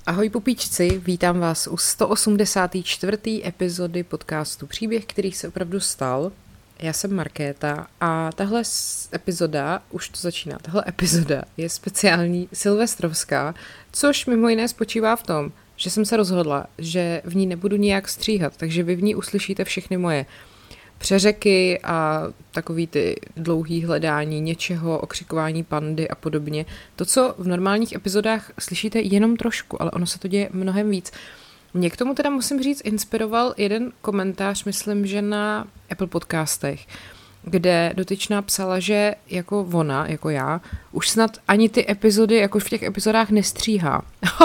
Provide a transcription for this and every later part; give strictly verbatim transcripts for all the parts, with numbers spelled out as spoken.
Ahoj pupíčci, vítám vás u sto osmdesáté čtvrté epizody podcastu Příběh, který se opravdu stal. Já jsem Markéta a tahle epizoda, už to začíná, tahle epizoda je speciální silvestrovská, což mimo jiné spočívá v tom, že jsem se rozhodla, že v ní nebudu nijak stříhat, takže vy v ní uslyšíte všechny moje přeřeky a takový ty dlouhý hledání něčeho, okřikování pandy a podobně. To, co v normálních epizodách slyšíte jenom trošku, ale ono se to děje mnohem víc. Mě k tomu teda musím říct, inspiroval jeden komentář, myslím, že na Apple podcastech, kde dotyčná psala, že jako ona, jako já, už snad ani ty epizody, jako v těch epizodách nestříhá.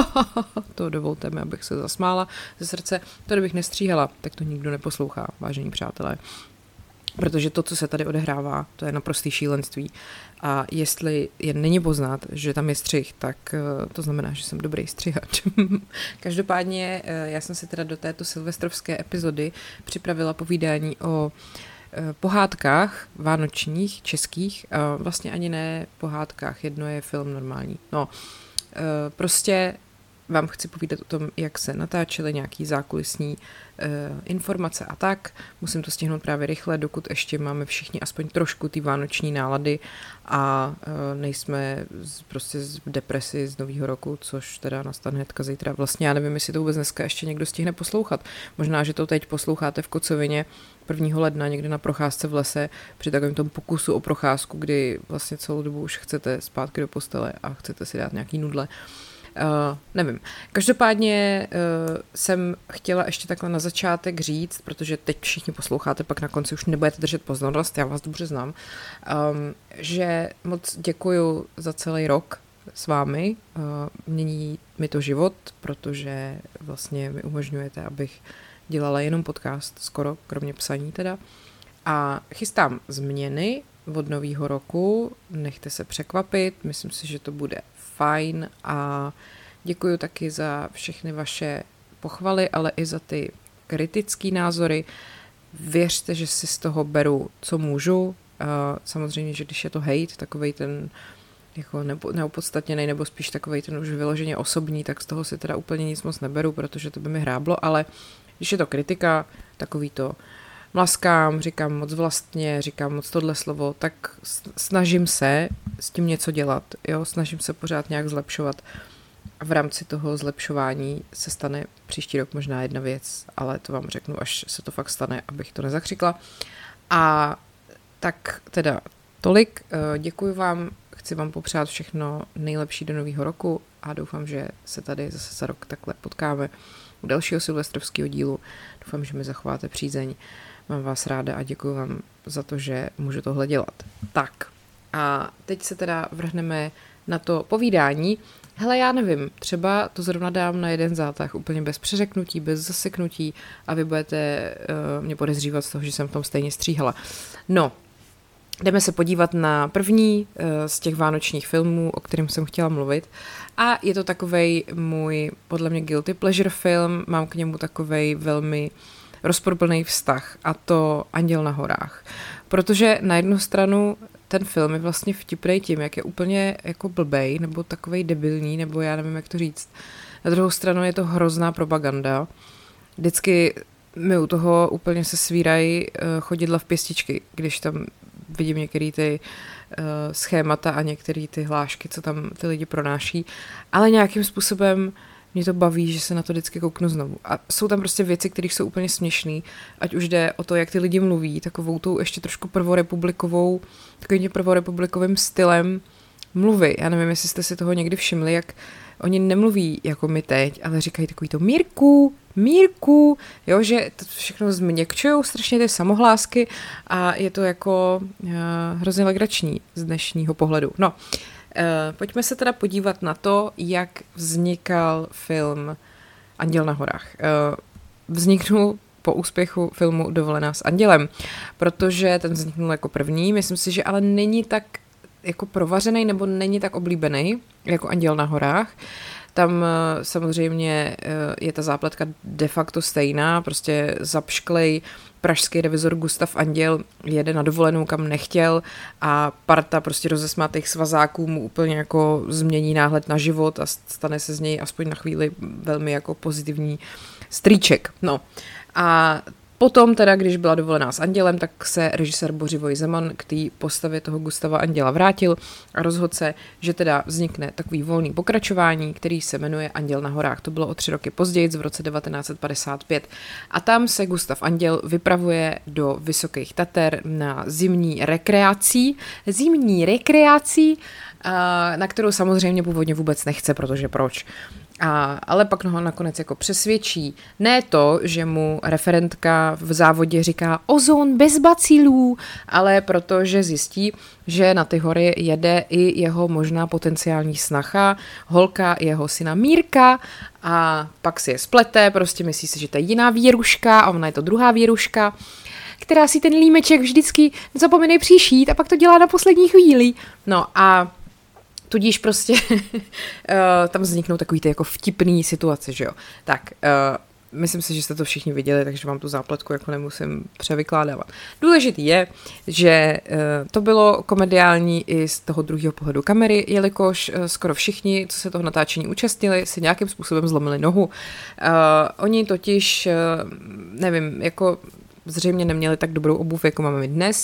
To dovolte mi, abych se zasmála ze srdce. To, kdybych nestříhala, tak to nikdo neposlouchá, vážení přátelé. Protože to, co se tady odehrává, to je naprostý šílenství. A jestli je není poznat, že tam je střih, tak to znamená, že jsem dobrý střihač. Každopádně já jsem si teda do této silvestrovské epizody připravila povídání o pohádkách vánočních, českých, vlastně ani ne pohádkách, jedno je film normální. No, prostě vám chci povídat o tom, jak se natáčely nějaký zákulisní uh, informace a tak. Musím to stihnout právě rychle, dokud ještě máme všichni aspoň trošku ty vánoční nálady a uh, nejsme z, prostě v depresi z nového roku, což teda nastane hnedka zítra. Vlastně já nevím, jestli to vůbec dneska ještě někdo stihne poslouchat. Možná, že to teď posloucháte v Kocovině prvního ledna někde na procházce v lese při takovém tom pokusu o procházku, kdy vlastně celou dobu už chcete zpátky do postele a chcete si dát nějaký nudle. Uh, nevím. Každopádně uh, jsem chtěla ještě takhle na začátek říct, protože teď všichni posloucháte, pak na konci už nebudete držet pozornost, já vás dobře znám, um, že moc děkuju za celý rok s vámi. Uh, mění mi to život, protože vlastně mi umožňujete, abych dělala jenom podcast, skoro, kromě psaní teda. A chystám změny od nového roku, nechte se překvapit, myslím si, že to bude fajn a děkuju taky za všechny vaše pochvaly, ale i za ty kritické názory. Věřte, že si z toho beru, co můžu. Samozřejmě, že když je to hejt, takovej ten jako neopodstatněný, nebo spíš takovej ten už vyloženě osobní, tak z toho si teda úplně nic moc neberu, protože to by mi hráblo, ale když je to kritika, takový to mlaskám, říkám moc vlastně, říkám moc tohle slovo, tak snažím se s tím něco dělat, jo, snažím se pořád nějak zlepšovat a v rámci toho zlepšování se stane příští rok možná jedna věc, ale to vám řeknu, až se to fakt stane, abych to nezakřikla. A tak teda tolik, děkuji vám, chci vám popřát všechno nejlepší do nového roku a doufám, že se tady zase za rok takhle potkáme u dalšího silvestrovského dílu. Doufám, že mi zachováte přízeň. Mám vás ráda a děkuji vám za to, že můžu tohle dělat. Tak a teď se teda vrhneme na to povídání. Hele, já nevím, třeba to zrovna dám na jeden zátah, úplně bez přeřeknutí, bez zaseknutí a vy budete uh, mě podezřívat z toho, že jsem v tom stejně stříhala. No, jdeme se podívat na první uh, z těch vánočních filmů, o kterém jsem chtěla mluvit. A je to takovej můj, podle mě, guilty pleasure film, mám k němu takovej velmi rozporuplný vztah a to Anděl na horách. Protože na jednu stranu ten film je vlastně vtipnej tím, jak je úplně jako blbej, nebo takovej debilní, nebo já nevím, jak to říct. Na druhou stranu je to hrozná propaganda. Vždycky mi u toho úplně se svírají chodidla v pěstičky, když tam vidím některé ty uh, schémata a některé ty hlášky, co tam ty lidi pronáší. Ale nějakým způsobem mě to baví, že se na to vždycky kouknu znovu. A jsou tam prostě věci, které jsou úplně směšný, ať už jde o to, jak ty lidi mluví, takovou tou ještě trošku prvorepublikovou, takovým prvorepublikovým stylem mluvy. Já nevím, jestli jste si toho někdy všimli, jak oni nemluví jako my teď, ale říkají takový to Mírku, Mírku, jo, že to všechno změkčujou strašně ty samohlásky a je to jako uh, hrozně legrační z dnešního pohledu. No, uh, pojďme se teda podívat na to, jak vznikal film Anděl na horách. Uh, vzniknul po úspěchu filmu Dovolená s andělem, protože ten vzniknul jako první, myslím si, že ale není tak jako provařený nebo není tak oblíbený jako Anděl na horách. Tam samozřejmě je ta zápletka de facto stejná, prostě zapšklej pražský revizor Gustav Anděl jede na dovolenou, kam nechtěl a parta prostě rozesmátých svazáků mu úplně jako změní náhled na život a stane se z něj aspoň na chvíli velmi jako pozitivní strýček. No a potom teda, když byla dovolená s Andělem, tak se režisér Bořivoj Zeman k té postavě toho Gustava Anděla vrátil a rozhodl se, že teda vznikne takový volný pokračování, který se jmenuje Anděl na horách. To bylo o tři roky později, v roce devatenáct set padesát pět. A tam se Gustav Anděl vypravuje do Vysokých Tater na zimní rekreací, zimní rekreací, na kterou samozřejmě původně vůbec nechce, protože proč? A, ale pak ho nakonec jako přesvědčí. Ne to, že mu referentka v závodě říká ozon bez bacilů, ale protože zjistí, že na ty hory jede i jeho možná potenciální snacha, holka jeho syna Mírka a pak si je splete, prostě myslí si, že to je jiná věruška a ona je to druhá věruška, která si ten límeček vždycky zapomene příšít a pak to dělá na poslední chvíli. No a tudíž prostě tam vzniknou takový ty jako vtipný situace, že jo. Tak, uh, myslím si, že jste to všichni viděli, takže vám tu zápletku jako nemusím převykládávat. Důležitý je, že uh, to bylo komediální i z toho druhého pohledu kamery, jelikož uh, skoro všichni, co se toho natáčení účastnili, si nějakým způsobem zlomili nohu. Uh, oni totiž, uh, nevím, jako zřejmě neměli tak dobrou obuv, jako máme my dnes.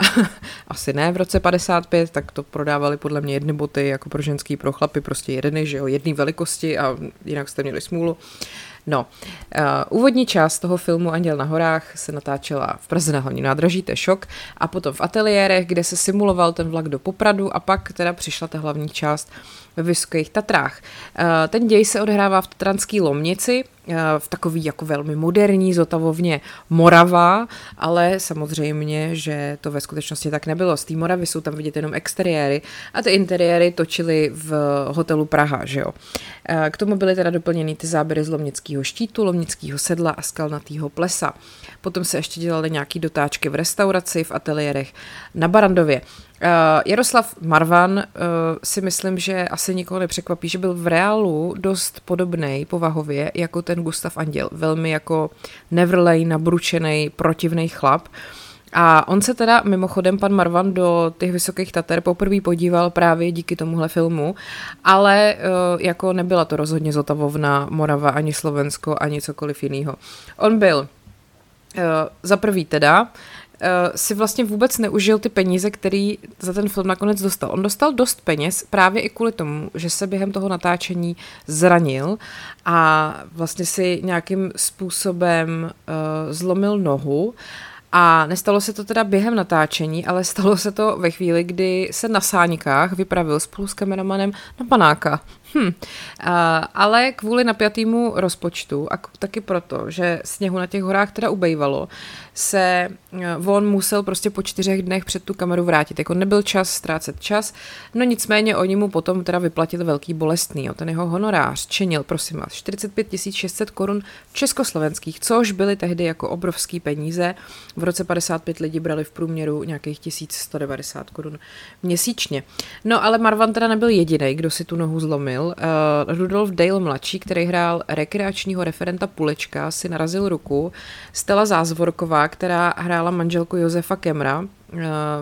Asi ne v roce padesát pět, tak to prodávali podle mě jedny boty, jako pro ženský, pro chlapy, prostě jedny, že jo, jedné velikosti a jinak jste měli smůlu. No, uh, úvodní část toho filmu Anděl na horách se natáčela v Praze na hlavním nádraží, to je šok, a potom v ateliérech, kde se simuloval ten vlak do Popradu a pak teda přišla ta hlavní část ve Vysokých Tatrách. Uh, ten děj se odehrává v Tatranské Lomnici, uh, v takový jako velmi moderní zotavovně Morava, ale samozřejmě, že to ve skutečnosti tak nebylo. Z té Moravy jsou tam vidět jenom exteriéry a ty interiéry točili v hotelu Praha, že jo. Uh, k tomu byly teda doplněny ty záběry z Lomnického štítu, Lomnického sedla a skalnatého plesa. Potom se ještě dělaly nějaký dotáčky v restauraci, v ateliérech na Barandově. Uh, Jaroslav Marvan uh, si myslím, že asi nikoho nepřekvapí, že byl v reálu dost podobnej povahově jako ten Gustav Anděl. Velmi jako nevrlej, nabručenej, protivnej chlap. A on se teda mimochodem, pan Marvan, do těch Vysokých Tater poprvé podíval právě díky tomuhle filmu, ale uh, jako nebyla to rozhodně Zotavovna, Morava, ani Slovensko, ani cokoliv jiného. On byl uh, za prvý teda uh, si vlastně vůbec neužil ty peníze, který za ten film nakonec dostal. On dostal dost peněz právě i kvůli tomu, že se během toho natáčení zranil a vlastně si nějakým způsobem uh, zlomil nohu. A nestalo se to teda během natáčení, ale stalo se to ve chvíli, kdy se na sáňkách vypravil spolu s kameramanem na panáka. Hm. A, ale kvůli napjatýmu rozpočtu a taky proto, že sněhu na těch horách teda ubejvalo, se on musel prostě po čtyřech dnech před tu kameru vrátit. Jako nebyl čas ztrácet čas, no nicméně oni mu potom teda vyplatili velký bolestný. Jo. Ten jeho honorář činil, prosím vás, čtyřicet pět tisíc šest set korun československých, což byly tehdy jako obrovský peníze. V roce padesát pět lidi brali v průměru nějakých tisíc sto devadesát korun měsíčně. No ale Marvan teda nebyl jediný, kdo si tu nohu zlomil. Uh, Rudolf Dale mladší, který hrál rekreačního referenta Pulečka, si narazil ruku. Stella Zázvorková, která hrála manželku Josefa Kemra, uh,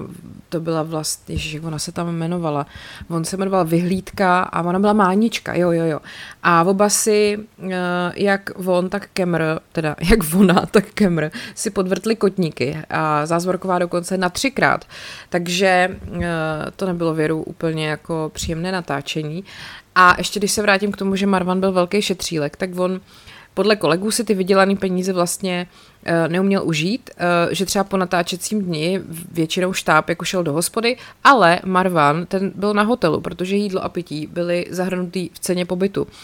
to byla vlastně, ježiš, jak ona se tam jmenovala, on se jmenoval Vyhlídka a ona byla Mánička, jo, jo, jo. A oba si, uh, jak on, tak Kemr, teda jak ona, tak Kemr, si podvrtli kotníky a Zázvorková dokonce na třikrát. Takže uh, to nebylo věru úplně jako příjemné natáčení. A ještě když se vrátím k tomu, že Marvan byl velký šetřílek, tak on podle kolegů si ty vydělané peníze vlastně uh, neuměl užít, uh, že třeba po natáčecím dni většinou štáb jako šel do hospody, ale Marvan, ten byl na hotelu, protože jídlo a pití byly zahrnutý v ceně pobytu. Uh,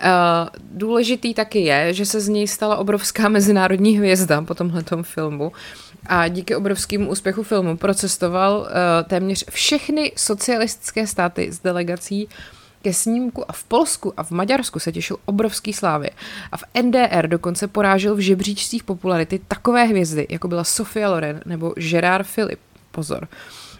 důležitý taky je, že se z něj stala obrovská mezinárodní hvězda po tomhletom filmu a díky obrovskému úspěchu filmu procestoval uh, téměř všechny socialistické státy s delegací ke snímku a v Polsku a v Maďarsku se těšil obrovský slávě. A v N D R dokonce porážel v žebříčcích popularity takové hvězdy, jako byla Sophia Loren nebo Gerard Philippe. Pozor.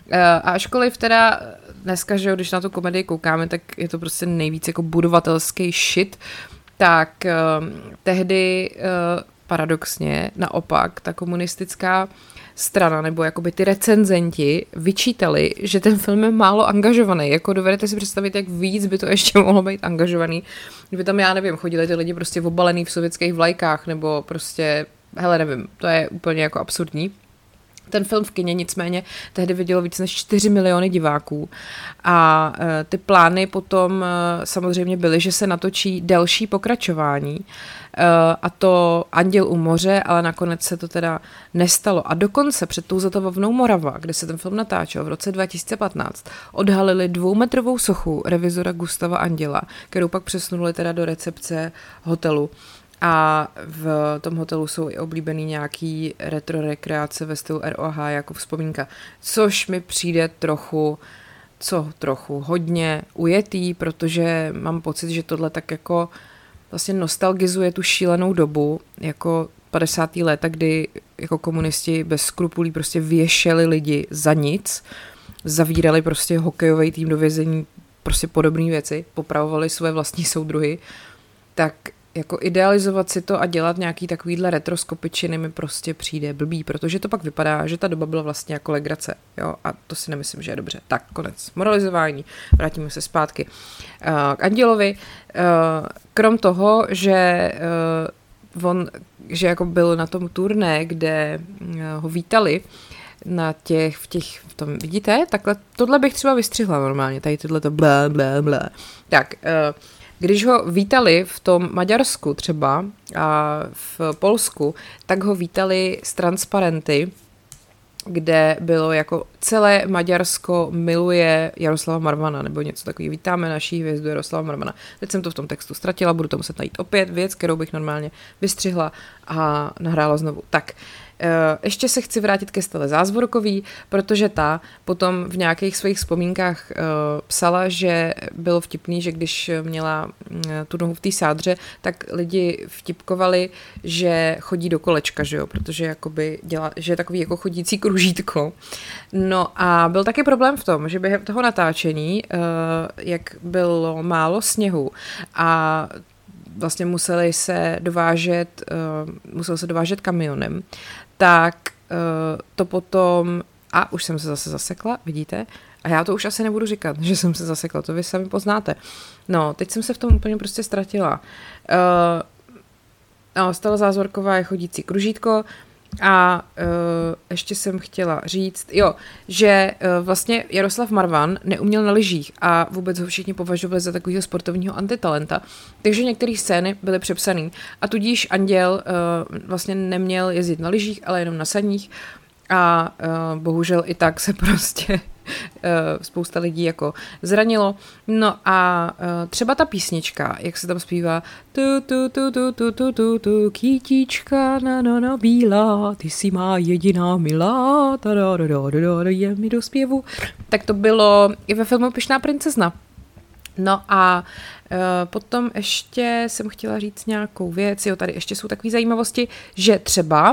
A ačkoliv teda dneska, že jo, když na tu komedii koukáme, tak je to prostě nejvíc jako budovatelský shit, tak uh, tehdy uh, paradoxně naopak ta komunistická strana, nebo jakoby ty recenzenti vyčítali, že ten film je málo angažovaný. Jako dovedete si představit, jak víc by to ještě mohlo být angažovaný. Kdyby tam, já nevím, chodili ty lidi prostě obalený v sovětských vlajkách, nebo prostě, hele, nevím, to je úplně jako absurdní. Ten film v kině nicméně tehdy vidělo víc než čtyři miliony diváků a e, ty plány potom e, samozřejmě byly, že se natočí další pokračování e, a to Anděl u moře, ale nakonec se to teda nestalo. A dokonce před tou Zatovovnou Morava, kde se ten film natáčel v roce dva tisíce patnáct, odhalili dvoumetrovou sochu revizora Gustava Anděla, kterou pak přesunuli teda do recepce hotelu. A v tom hotelu jsou i oblíbený nějaký retro rekreace ve stylu R O H jako vzpomínka, což mi přijde trochu, co trochu, hodně ujetý, protože mám pocit, že tohle tak jako vlastně nostalgizuje tu šílenou dobu, jako padesátá léta, kdy jako komunisti bez skrupulí prostě věšeli lidi za nic, zavírali prostě hokejový tým do vězení, prostě podobné věci, popravovali své vlastní soudruhy, tak jako idealizovat si to a dělat nějaký takovýhle retroskopičiny mi prostě přijde blbý, protože to pak vypadá, že ta doba byla vlastně jako legrace, jo, a to si nemyslím, že je dobře. Tak, konec moralizování, vrátíme se zpátky uh, k Andělovi. Uh, krom toho, že uh, on, že jako byl na tom turné, kde uh, ho vítali na těch, v těch, v tom, vidíte, takhle, tohle bych třeba vystřihla normálně, tady tohleto blá, blá, blá. Tak, uh, když ho vítali v tom Maďarsku třeba a v Polsku, tak ho vítali s transparenty, kde bylo jako celé Maďarsko miluje Jaroslava Marvana nebo něco takového. Vítáme naší hvězdu Jaroslava Marvana. Teď jsem to v tom textu ztratila, budu to muset najít opět. Věc, kterou bych normálně vystřihla a nahrála znovu. Tak, ještě se chci vrátit ke Stele Zázvorkový, protože ta potom v nějakých svých vzpomínkách psala, že bylo vtipný, že když měla tu nohu v té sádře, tak lidi vtipkovali, že chodí do kolečka, že jo, protože jakoby dělá, že je takový jako chodící kružítko. No a byl taky problém v tom, že během toho natáčení, jak bylo málo sněhu a vlastně museli se dovážet, uh, musel se dovážet kamionem, tak uh, to potom, a už jsem se zase zasekla, vidíte, a já to už asi nebudu říkat, že jsem se zasekla, to vy sami poznáte. No, teď jsem se v tom úplně prostě ztratila. Uh, no, Stella Zázvorková je chodící kružítko, a uh, ještě jsem chtěla říct, jo, že uh, vlastně Jaroslav Marvan neuměl na lyžích a vůbec ho všichni považovali za takového sportovního antitalenta, takže některé scény byly přepsané a tudíž Anděl uh, vlastně neměl jezdit na lyžích, ale jenom na saních a uh, bohužel i tak se prostě Uh, spousta lidí jako zranilo. No a uh, třeba ta písnička, jak se tam zpívá tu tu tu tu tu tu tu tu kytička na na na bílá, ty jsi má jediná milá, ta da da da da da je mi do zpěvu. Tak to bylo i ve filmu Pyšná princezna. No a uh, potom ještě jsem chtěla říct nějakou věc, jo, tady ještě jsou takové zajímavosti, že třeba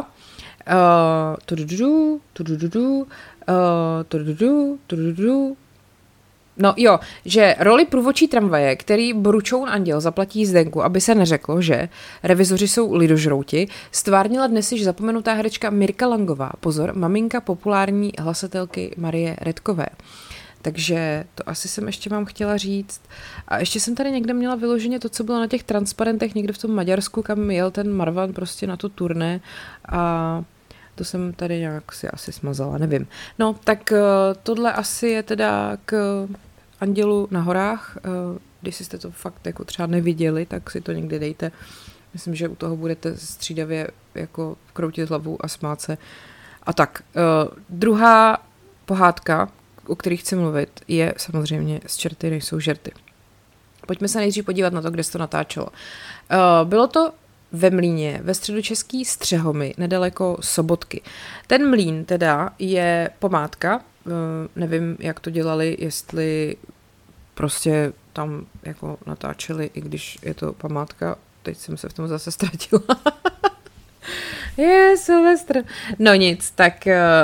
uh, tudududu, tudududu, Uh, tududu, tududu. No jo, že roli průvodčí tramvaje, který Boručoun Anděl zaplatí jízdenku, aby se neřeklo, že revizoři jsou lidožrouti, stvárnila dnes již zapomenutá herečka Mirka Langová, pozor, maminka populární hlasatelky Marie Redkové. Takže to asi jsem ještě vám chtěla říct. A ještě jsem tady někde měla vyloženě to, co bylo na těch transparentech někde v tom Maďarsku, kam jel ten Marvan prostě na to turné a to jsem tady nějak si asi smazala, nevím. No, tak tohle asi je teda k Andělu na horách. Když jste to fakt jako třeba neviděli, tak si to někdy dejte. Myslím, že u toho budete střídavě jako kroutit hlavu a smát se. A tak, druhá pohádka, o kterých chci mluvit, je samozřejmě Z čerty nejsou žerty. Pojďme se nejdřív podívat na to, kde se to natáčelo. Bylo to ve Mlýně, ve středočeský Střehomy, nedaleko Sobotky. Ten mlýn teda je památka, nevím, jak to dělali, jestli prostě tam jako natáčeli, i když je to památka, teď jsem se v tom zase ztratila. Je Silvestr. No nic, tak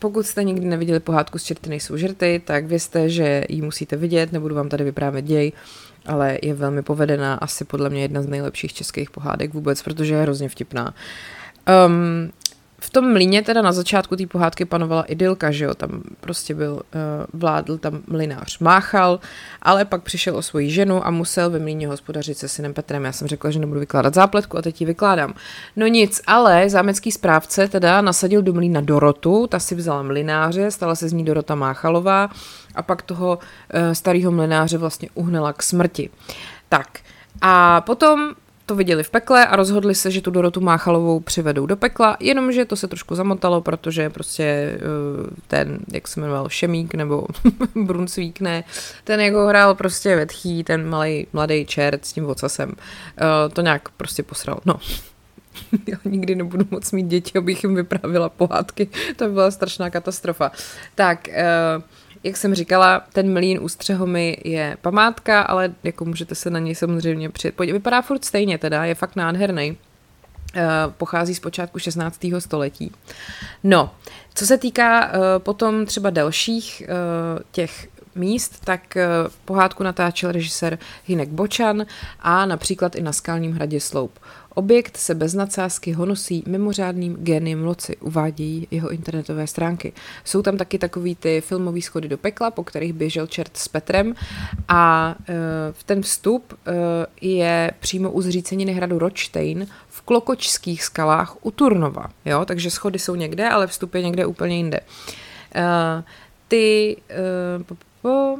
pokud jste nikdy neviděli pohádku Z čerty nejsou žerty, tak vězte, že ji musíte vidět, nebudu vám tady vyprávět děj, ale je velmi povedená, asi podle mě jedna z nejlepších českých pohádek vůbec, protože je hrozně vtipná. Um, v tom mlýně teda na začátku té pohádky panovala idylka, že jo, tam prostě byl, uh, vládl tam mlynář Máchal, ale pak přišel o svoji ženu a musel ve mlýně hospodařit se synem Petrem. Já jsem řekla, že nebudu vykládat zápletku a teď ji vykládám. No nic, ale zámecký správce teda nasadil do mlýna Dorotu, ta si vzala mlynáře, stala se z ní Dorota Máchalová a pak toho uh, starého mlynáře vlastně uhnala k smrti. Tak a potom to viděli v pekle a rozhodli se, že tu Dorotu Máchalovou přivedou do pekla, jenomže to se trošku zamotalo, protože prostě ten, jak se jmenoval, Šemík nebo Brunsvík, ne, ten jako hrál prostě vetchý, ten malej mladý čert s tím ocasem, to nějak prostě posral, no. Já nikdy nebudu moc mít děti, abych jim vyprávila pohádky, to by byla strašná katastrofa. Tak, jak jsem říkala, ten mlýn u Střehomy je památka, ale jako můžete se na něj samozřejmě přijet. Vypadá furt stejně teda, je fakt nádherný. Pochází z počátku šestnáctého století. No, co se týká potom třeba dalších těch míst, tak pohádku natáčel režisér Hynek Bočan a například i na Skalním hradě Sloup. Objekt se bez nadsázky honosí mimořádným géniem loci, uvádějí jeho internetové stránky. Jsou tam taky takový ty filmový schody do pekla, po kterých běžel čert s Petrem a e, ten vstup e, je přímo u zříceniny hradu Ročtejn v Klokočských skalách u Turnova. Jo? Takže schody jsou někde, ale vstup je někde úplně jinde. E, ty... E, po, po,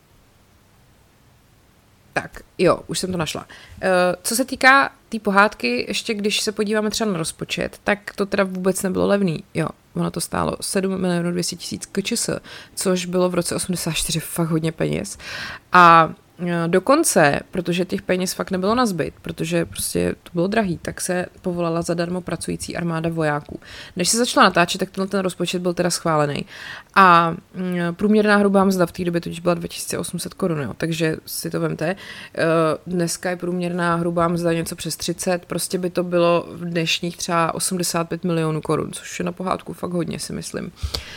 Tak, jo, už jsem to našla. Co se týká té tý pohádky, ještě když se podíváme třeba na rozpočet, tak to teda vůbec nebylo levný. Jo, ono to stálo sedm milionů dvě stě tisíc kčs, což bylo v roce osmdesát čtyři fakt hodně peněz. A dokonce, protože těch peněz fakt nebylo nazbyt, protože prostě to bylo drahý, tak se povolala zadarmo pracující armáda vojáků. Než se začala natáčet, tak tenhle ten rozpočet byl teda schválený. A průměrná hrubá mzda v té době totiž byla dva tisíce osm set korun, jo, takže si to vemte. Dneska je průměrná hrubá mzda něco přes třicet, prostě by to bylo v dnešních třeba osmdesát pět milionů korun, což je na pohádku fakt hodně, si myslím.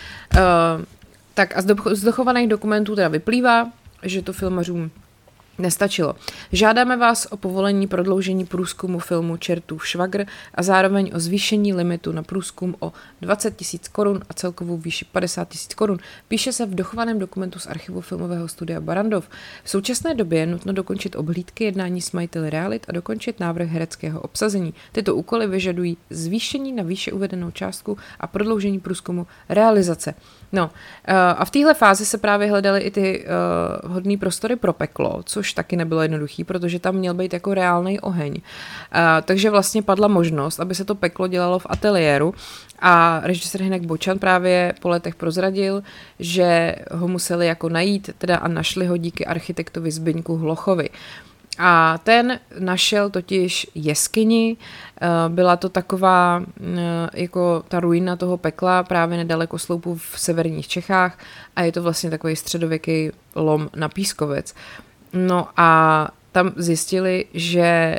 Tak a z dochovaných dokumentů teda vyplývá, že to filmařům nestačilo. Žádáme vás o povolení prodloužení průzkumu filmu Čertův švagr a zároveň o zvýšení limitu na průzkum o dvacet tisíc korun a celkovou výši padesát tisíc korun. Píše se v dochovaném dokumentu z archivu filmového studia Barrandov. V současné době je nutno dokončit obhlídky jednání s majiteli realit a dokončit návrh hereckého obsazení. Tyto úkoly vyžadují zvýšení na výše uvedenou částku a prodloužení průzkumu realizace. No, a v téhle fázi se právě hledaly i ty uh, hodný prostory pro peklo, což taky nebylo jednoduchý, protože tam měl být jako reálný oheň. Uh, takže vlastně padla možnost, aby se to peklo dělalo v ateliéru a režisér Hynek Bočan právě po letech prozradil, že ho museli jako najít teda a našli ho díky architektovi Zbyňku Hlochovi. A ten našel totiž jeskyni, byla to taková jako ta ruina toho pekla právě nedaleko Sloupu v severních Čechách a je to vlastně takový středověký lom na pískovec. No a tam zjistili, že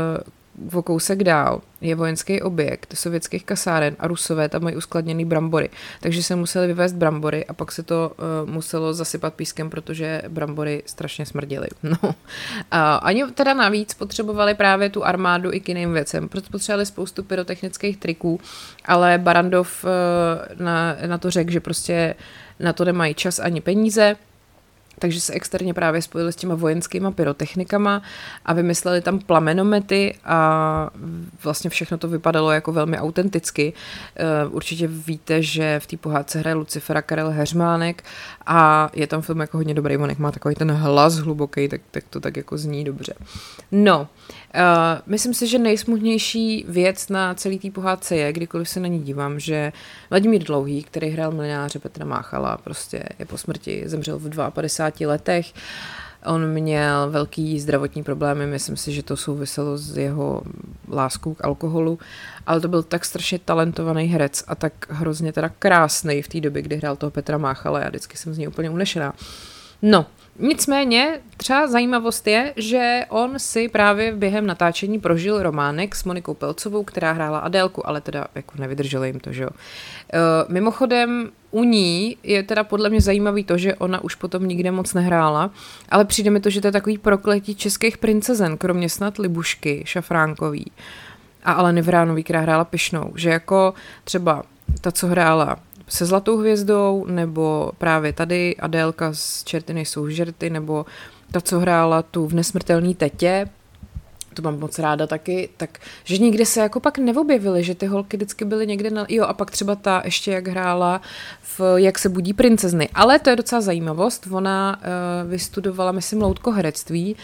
o kousek dál je vojenský objekt sovětských kasáren a Rusové tam mají uskladněný brambory. Takže se museli vyvést brambory a pak se to uh, muselo zasypat pískem, protože brambory strašně smrděly. No. Uh, oni teda navíc potřebovali právě tu armádu i k jiným věcem, proto potřebovali spoustu pyrotechnických triků, ale Barrandov uh, na, na to řekl, že prostě na to nemají čas ani peníze, takže se externě právě spojili s těma vojenskýma pyrotechnikama a vymysleli tam plamenomety a vlastně všechno to vypadalo jako velmi autenticky. Určitě víte, že v té pohádce hraje Lucifera Karel Heřmánek a je tam film jako hodně dobrý, on má takový ten hlas hluboký, tak, tak to tak jako zní dobře. No, uh, myslím si, že nejsmutnější věc na celý té pohádce je, kdykoliv se na ní dívám, že Vladimír Dlouhý, který hrál mlynáře Petra Máchala, prostě je po smrti, zemřel v padesáti dvou letech. On měl velký zdravotní problémy, myslím si, že to souviselo s jeho láskou k alkoholu, ale to byl tak strašně talentovaný herec a tak hrozně teda krásnej v té době, kdy hrál toho Petra Máchala, já vždycky jsem z něj úplně unešená. No, Nicméně třeba zajímavost je, že on si právě během natáčení prožil románek s Monikou Pelcovou, která hrála Adélku, ale teda jako nevydrželo jim to, že jo. Uh, mimochodem u ní je teda podle mě zajímavý to, že ona už potom nikde moc nehrála, ale přijde mi to, že to je takový prokletí českých princezen, kromě snad Libušky Šafránkový a Aleny Vránový, která hrála Pyšnou, že jako třeba ta, co hrála se Zlatou hvězdou, nebo právě tady Adélka z Čerty nejsou žerty, nebo ta, co hrála tu v Nesmrtelný tetě, to mám moc ráda taky, tak že nikde se jako pak neobjevily, že ty holky vždycky byly někde na... Jo, a pak třeba ta ještě jak hrála v Jak se budí princezny. Ale to je docela zajímavost, ona uh, vystudovala, myslím, loutkoherectví,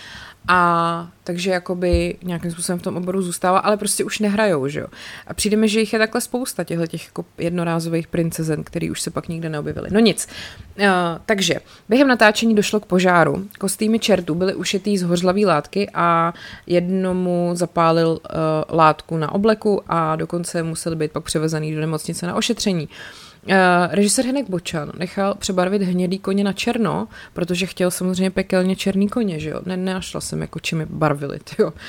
a takže jakoby nějakým způsobem v tom oboru zůstává, ale prostě už nehrajou, že jo. A přijde mi, že jich je takhle spousta těchto těch jako jednorázových princezen, který už se pak nikde neobjevily. No nic. Uh, takže během natáčení došlo k požáru. Kostýmy čertů byly ušitý z hořlavý látky a jednomu zapálil uh, látku na obleku a dokonce musel být pak převezený do nemocnice na ošetření. Uh, režisér Hynek Bočan nechal přebarvit hnědý koně na černo, protože chtěl samozřejmě pekelně černý koně, že jo. Ne, nenašla jsem, jako čím barvili, jo. Uh,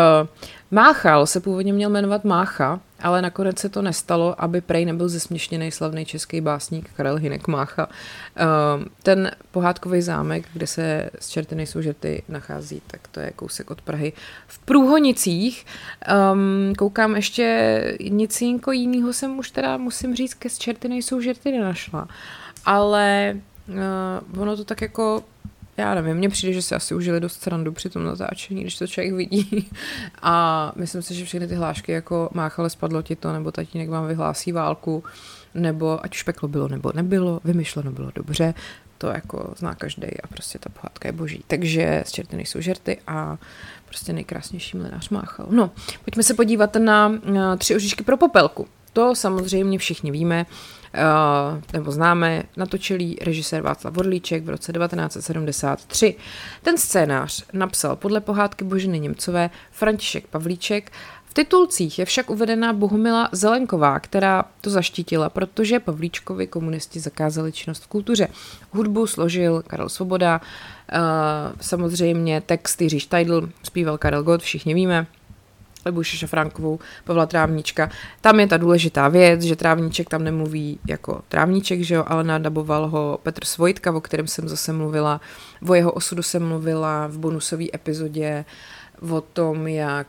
Máchal se původně měl jmenovat Mácha, ale nakonec se to nestalo, aby prej nebyl zesměšněný slavný český básník Karel Hynek Mácha. Uh, ten pohádkový zámek, kde se z Čerty nejsou žerty nachází, tak to je kousek od Prahy. V Průhonicích um, koukám ještě nic jiného jsem už teda, musím říct, ke z Čerty nejsou žerty nenašla. Ale uh, ono to tak jako já nevím, mně přijde, že se asi užili dost srandu při tom natáčení, když to člověk vidí. A myslím si, že všechny ty hlášky jako Máchale, spadlo ti to, nebo tatínek vám vyhlásí válku, nebo ať už peklo bylo nebo nebylo, vymyšleno bylo dobře, to jako zná každý a prostě ta pohádka je boží. Takže z Čerty nejsou žerty a prostě nejkrásnější mlynář Máchal. No, pojďme se podívat na, na Tři oříšky pro Popelku. To samozřejmě všichni víme, Uh, nebo známe, natočilý režisér Václav Vorlíček v roce devatenáct set sedmdesát tři. Ten scénář napsal podle pohádky Boženy Němcové František Pavlíček. V titulcích je však uvedena Bohumila Zelenková, která to zaštítila, protože Pavlíčkovi komunisti zakázali činnost v kultuře. Hudbu složil Karel Svoboda, uh, samozřejmě text Jiří Štajdl, zpíval Karel Gott, všichni víme, Libuši Šafránkovou, Pavla Trávníčka. Tam je ta důležitá věc, že Trávníček tam nemluví jako Trávníček, že jo, ale nadaboval ho Petr Svojtka, o kterém jsem zase mluvila. O jeho osudu jsem mluvila v bonusové epizodě o tom, jak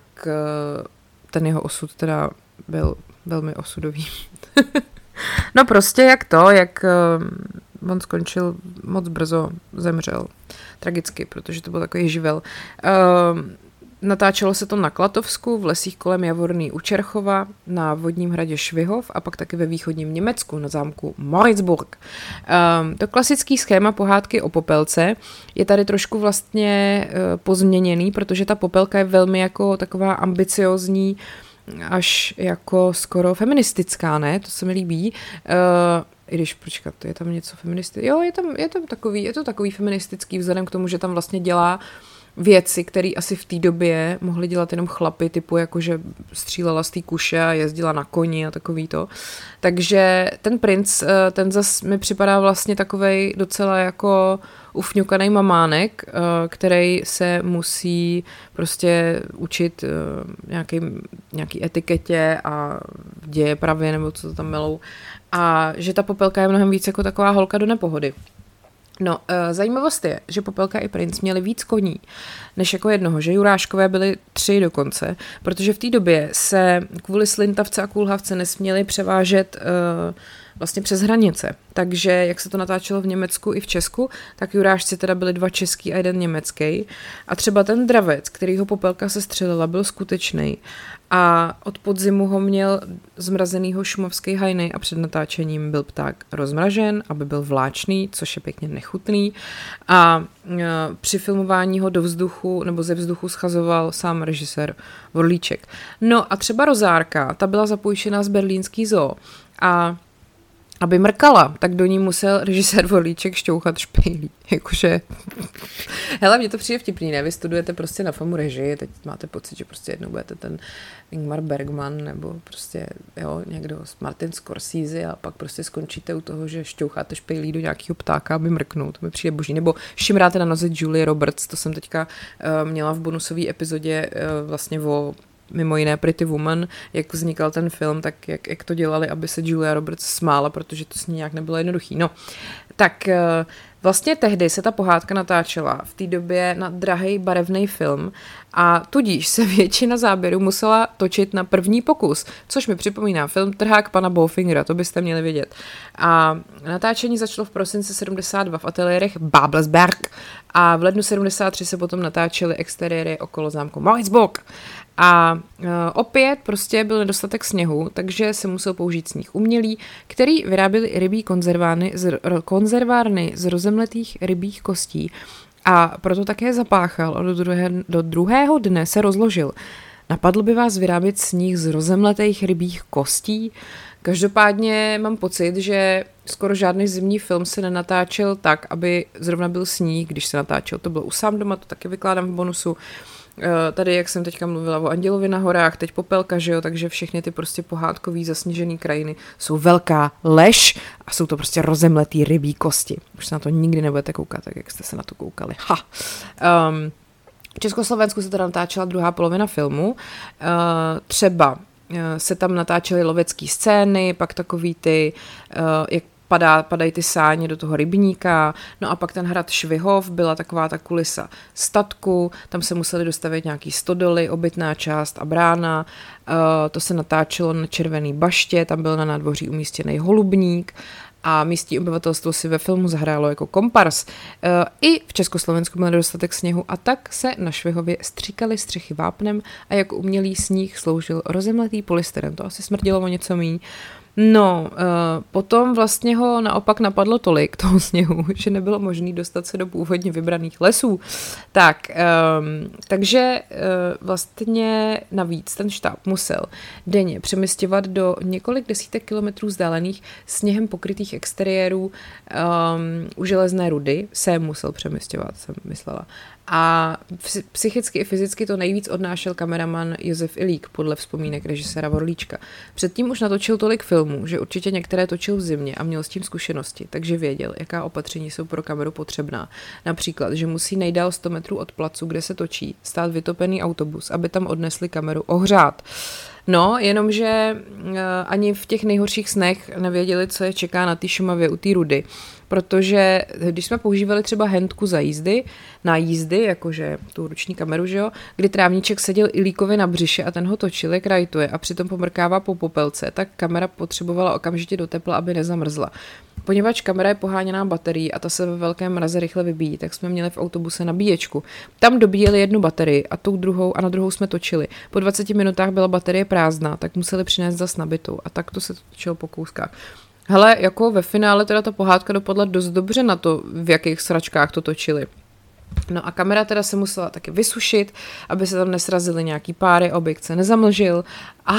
ten jeho osud teda byl velmi osudový. No prostě jak to, jak on skončil moc brzo, zemřel. Tragicky, protože to byl takový živel. Natáčelo se to na Klatovsku, v lesích kolem Javorný u Čerchova, na vodním hradě Švihov a pak taky ve východním Německu na zámku Moritzburg. Um, to klasický schéma pohádky o Popelce je tady trošku vlastně uh, pozměněný, protože ta Popelka je velmi jako taková ambiciozní, až jako skoro feministická, ne? To se mi líbí. Uh, I když, počkat, je tam něco feministického? Jo, je tam, je tam takový, je to takový feministický vzhledem k tomu, že tam vlastně dělá věci, které asi v té době mohly dělat jenom chlapy, typu jako, že střílela z té kuše a jezdila na koni a takový to. Takže ten princ, ten zas mi připadá vlastně takovej docela jako ufňukanej mamánek, který se musí prostě učit nějaký, nějaký etiketě a děje pravě, nebo co to tam melou. A že ta Popelka je mnohem víc jako taková holka do nepohody. No, e, zajímavost je, že Popelka i princ měli víc koní než jako jednoho, že Juráškové byly tři dokonce, protože v té době se kvůli slintavce a kulhavce nesměli převážet e, vlastně přes hranice. Takže jak se to natáčelo v Německu i v Česku, tak Jurášci teda byli dva český a jeden německý. A třeba ten dravec, kterýho Popelka se střelila, byl skutečný. A od podzimu ho měl zmrazenýho šumavský hajnej a před natáčením byl pták rozmražen, aby byl vláčný, což je pěkně nechutný. A e, při filmování ho do vzduchu nebo ze vzduchu schazoval sám režisér Vorlíček. No a třeba Rozárka, ta byla zapůjčená z berlínský zoo. A aby mrkala, tak do ní musel režisér Vorlíček šťouchat špejlí. Jakože, hele, mně to přijde vtipný, ne? Vy studujete prostě na FAMu režii, teď máte pocit, že prostě jednou budete ten Ingmar Bergman nebo prostě, jo, někdo, Martin Scorsese a pak prostě skončíte u toho, že šťoucháte špejlí do nějakého ptáka, aby mrknul. To mi přijde boží. Nebo šimráte na noze Julie Roberts, to jsem teďka uh, měla v bonusové epizodě uh, vlastně o mimo jiné Pretty Woman, jak vznikal ten film, tak jak, jak to dělali, aby se Julia Roberts smála, protože to s ní nějak nebylo jednoduchý. No, tak vlastně tehdy se ta pohádka natáčela v té době na drahý barevný film a tudíž se většina záběrů musela točit na první pokus, což mi připomíná film Trhák pana Bowfingera, to byste měli vědět. A natáčení začalo v prosinci sedmdesát dva v ateliérech Babelsberg a v lednu sedmdesát tři se potom natáčely exteriéry okolo zámku Maritzburg. A e, opět prostě byl nedostatek sněhu, takže se musel použít sníh umělý, který vyráběli rybí konzervárny z, konzervárny z rozemletých rybích kostí a proto také zapáchal a do, druhé, do druhého dne se rozložil. Napadlo by vás vyrábět sníh z rozemletých rybích kostí? Každopádně mám pocit, že skoro žádný zimní film se nenatáčel tak, aby zrovna byl sníh, když se natáčel. To bylo u Sám doma, to taky vykládám v bonusu. Tady, jak jsem teďka mluvila o Andělovi na horách, teď Popelka, že jo, takže všechny ty prostě pohádkový zasněžený krajiny jsou velká lež a jsou to prostě rozemletý rybí kosti. Už se na to nikdy nebudete koukat, tak jak jste se na to koukali. Ha! Um, v Československu se teda natáčela druhá polovina filmu. Uh, třeba uh, se tam natáčely lovecké scény, pak takový ty, uh, jak Padá, padají ty sáně do toho rybníka, no a pak ten hrad Švihov, byla taková ta kulisa statku, tam se museli dostavit nějaký stodoly, obytná část a brána, uh, to se natáčelo na Červený baště, tam byl na nádvoří umístěný holubník a místní obyvatelstvo si ve filmu zahrálo jako kompars. Uh, I v Československu byl nedostatek sněhu a tak se na Švihově stříkaly střechy vápnem a jako umělý sníh sloužil rozemletý polystyren, to asi smrdilo o něco míň. No, uh, potom vlastně ho naopak napadlo tolik toho sněhu, že nebylo možné dostat se do původně vybraných lesů. Tak, um, takže uh, vlastně navíc ten štáb musel denně přemisťovat do několik desítek kilometrů vzdálených sněhem pokrytých exteriérů um, u Železné rudy se musel přemisťovat, jsem myslela. A psychicky i fyzicky to nejvíc odnášel kameraman Josef Ilík, podle vzpomínek režiséra Vorlíčka. Předtím už natočil tolik filmů, že určitě některé točil v zimě a měl s tím zkušenosti, takže věděl, jaká opatření jsou pro kameru potřebná. Například, že musí nejdál sto metrů od placu, kde se točí, stát vytopený autobus, aby tam odnesli kameru ohřát. No, jenomže uh, ani v těch nejhorších snech nevěděli, co je čeká na té Šumavě u té rudy. Protože když jsme používali třeba handku za jízdy, na jízdy, jakože tu ruční kameru, že jo, kdy trávníček seděl Ilíkovi na břiše a ten ho točil, jak rajtuje a přitom pomrkává po popelce, tak kamera potřebovala okamžitě do tepla, aby nezamrzla. Poněvadž kamera je poháněná baterií a ta se ve velkém mraze rychle vybíjí, tak jsme měli v autobuse nabíječku. Tam dobíjeli jednu baterii a tou druhou a na druhou jsme točili. Po dvaceti minutách byla baterie prázdná, tak museli přinést zas nabitou a tak to se točilo po kouskách. Hele, jako ve finále teda ta pohádka dopadla dost dobře na to, v jakých sračkách to točili. No a kamera teda se musela taky vysušit, aby se tam nesrazily nějaký páry, objekt se nezamlžil a